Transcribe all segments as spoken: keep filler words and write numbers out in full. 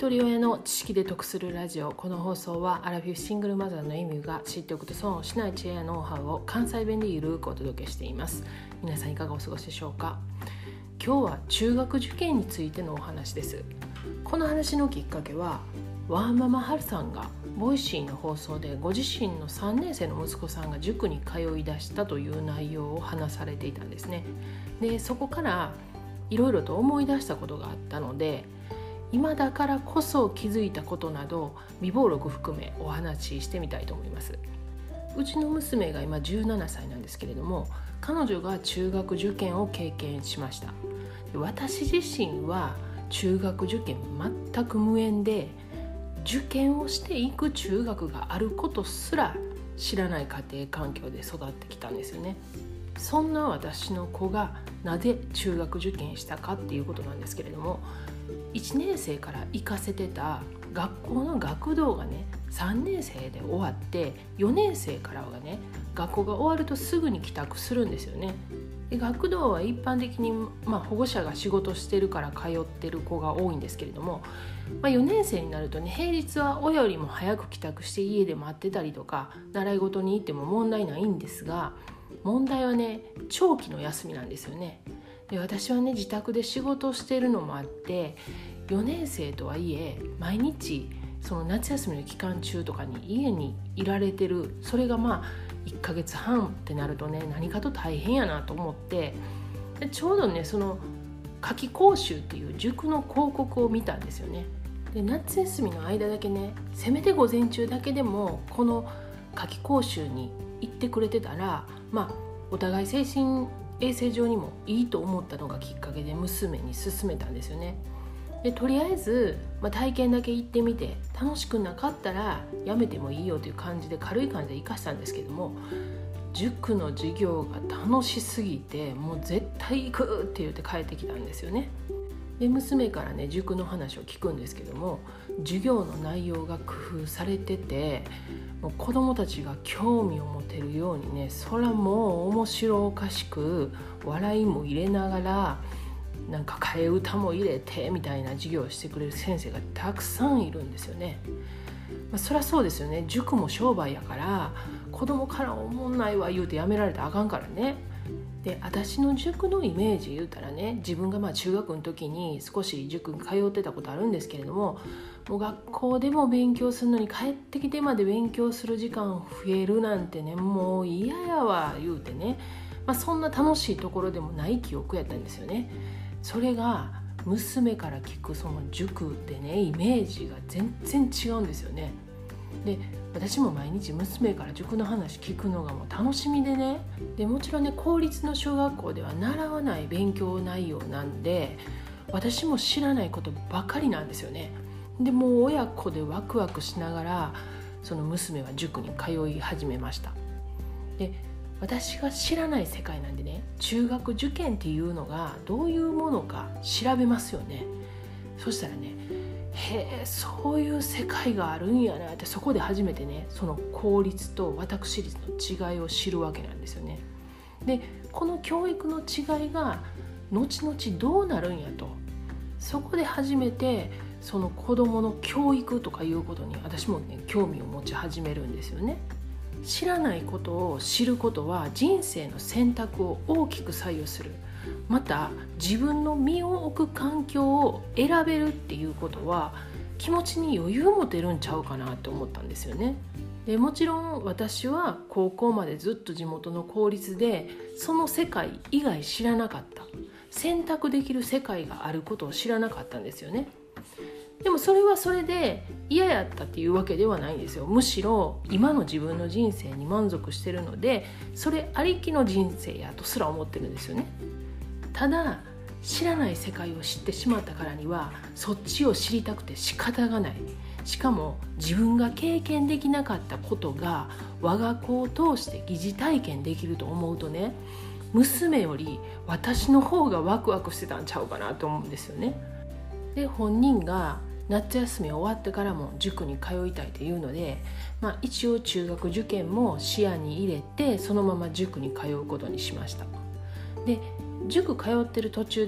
人親の知識で得するラジオ。この放送はアラフィフシングルマザーのエミューが知っておくと損をしない知恵やノウハウを関西弁でゆるくお届けしています。皆さんいかがお過ごしでしょうか。今日は中学受験についてのお話です。この話のきっかけはワーママハルさんがボイシーの放送でご自身のさんねん生の息子さんが塾に通い出したという内容を話されていたんですね。でそこからいろいろと思い出したことがあったので、今だからこそ気づいたことなど備忘録含めお話ししてみたいと思います。うちの娘が今じゅうななさいなんですけれども、彼女が中学受験を経験しました。私自身は中学受験全く無縁で、受験をしていく中学があることすら知らない家庭環境で育ってきたんですよね。そんな私の子がなぜ中学受験したかっていうことなんですけれども、いちねん生から行かせてた学校の学童がねさんねん生で終わって、よねん生からはね学校が終わるとすぐに帰宅するんですよね。で学童は一般的に、まあ、保護者が仕事してるから通ってる子が多いんですけれども、まあ、よねん生になるとね平日は親よりも早く帰宅して家で待ってたりとか習い事に行っても問題ないんですが、問題はね長期の休みなんですよね。で私はね自宅で仕事をしているのもあって、よねん生とはいえ毎日その夏休みの期間中とかに家にいられてる、それがまあいっかげつはんってなるとね何かと大変やなと思って、でちょうどねその夏期講習っていう塾の広告を見たんですよね。で夏休みの間だけねせめて午前中だけでもこの夏期講習に行ってくれてたら、まあお互い精神衛生上にもいいと思ったのがきっかけで娘に勧めたんですよね。でとりあえず、まあ、体験だけ行ってみて楽しくなかったらやめてもいいよという感じで軽い感じで生かしたんですけども、塾の授業が楽しすぎてもう絶対行くって言って帰ってきたんですよね。で娘からね塾の話を聞くんですけども、授業の内容が工夫されてて、もう子どもたちが興味を持てるようにね、そらもう面白おかしく笑いも入れながらなんか替え歌も入れてみたいな授業をしてくれる先生がたくさんいるんですよね。まあ、そりゃそうですよね。塾も商売やから子供からおもんないわ言うてやめられたらあかんからね。で私の塾のイメージ言うたらね、自分がまあ中学の時に少し塾に通ってたことあるんですけれども、もう学校でも勉強するのに帰ってきてまで勉強する時間増えるなんてねもう嫌やわ言うてね、まあ、そんな楽しいところでもない記憶やったんですよね。それが娘から聞くその塾でねイメージが全然違うんですよね。で私も毎日娘から塾の話聞くのがもう楽しみでね、でもちろんね公立の小学校では習わない勉強内容なんで私も知らないことばかりなんですよね。でもう親子でワクワクしながらその娘は塾に通い始めました。で私が知らない世界なんでね、中学受験っていうのがどういうものか調べますよね。そしたらね、へえそういう世界があるんやなって、そこで初めてねその公立と私立の違いを知るわけなんですよね。でこの教育の違いが後々どうなるんやと、そこで初めてその子どもの教育とかいうことに私もね興味を持ち始めるんですよね。知らないことを知ることは人生の選択を大きく左右する。また自分の身を置く環境を選べるっていうことは気持ちに余裕を持てるんちゃうかなと思ったんですよね。でもちろん私は高校までずっと地元の公立でその世界以外知らなかった、選択できる世界があることを知らなかったんですよね。でもそれはそれで嫌やったっていうわけではないんですよ。むしろ今の自分の人生に満足してるのでそれありきの人生やとすら思ってるんですよね。ただ知らない世界を知ってしまったからにはそっちを知りたくて仕方がない。しかも自分が経験できなかったことが我が子を通して疑似体験できると思うとね、娘より私の方がワクワクしてたんちゃうかなと思うんですよね。で本人が夏休み終わってからも塾に通いたいというので、まあ、一応中学受験も視野に入れてそのまま塾に通うことにしました。で塾通ってる途中でね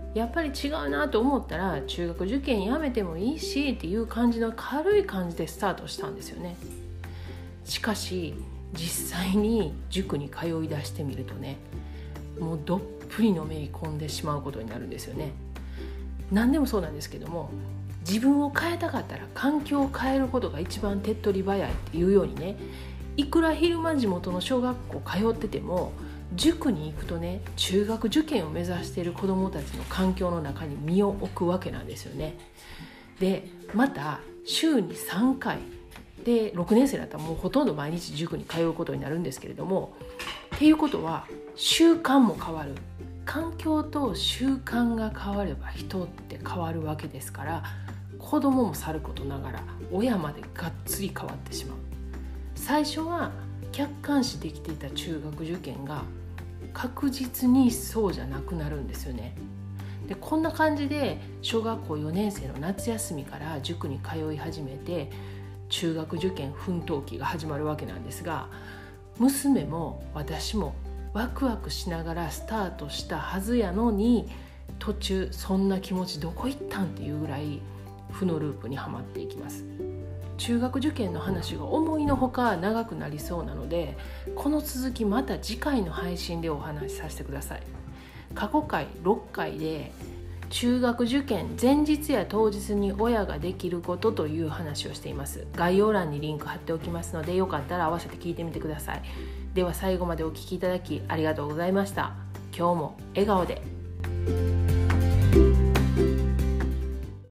やっぱり違うなと思ったら中学受験やめてもいいしっていう感じの軽い感じでスタートしたんですよね。しかし実際に塾に通い出してみるとね、もうどっぷりのめり込んでしまうことになるんですよね。何でもそうなんですけども、自分を変えたかったら環境を変えることが一番手っ取り早いっていうようにね、いくら昼間地元の小学校通ってても塾に行くとね、中学受験を目指している子どもたちの環境の中に身を置くわけなんですよね。でまた週にさんかいでろくねん生だったらもうほとんど毎日塾に通うことになるんですけれども、っていうことは習慣も変わる。環境と習慣が変われば人って変わるわけですから、子供もさることながら親までがっつり変わってしまう。最初は客観視できていた中学受験が確実にそうじゃなくなるんですよね。でこんな感じで小学校よねん生の夏休みから塾に通い始めて、中学受験奮闘期が始まるわけなんですが、娘も私もワクワクしながらスタートしたはずやのに、途中そんな気持ちどこ行ったんっていうぐらい負のループにはまっていきます。中学受験の話が思いのほか長くなりそうなので、この続きまた次回の配信でお話しさせてください。過去回ろっかいで中学受験前日や当日に親ができることという話をしています。概要欄にリンク貼っておきますので、よかったら合わせて聞いてみてください。では最後までお聞きいただきありがとうございました。今日も笑顔で。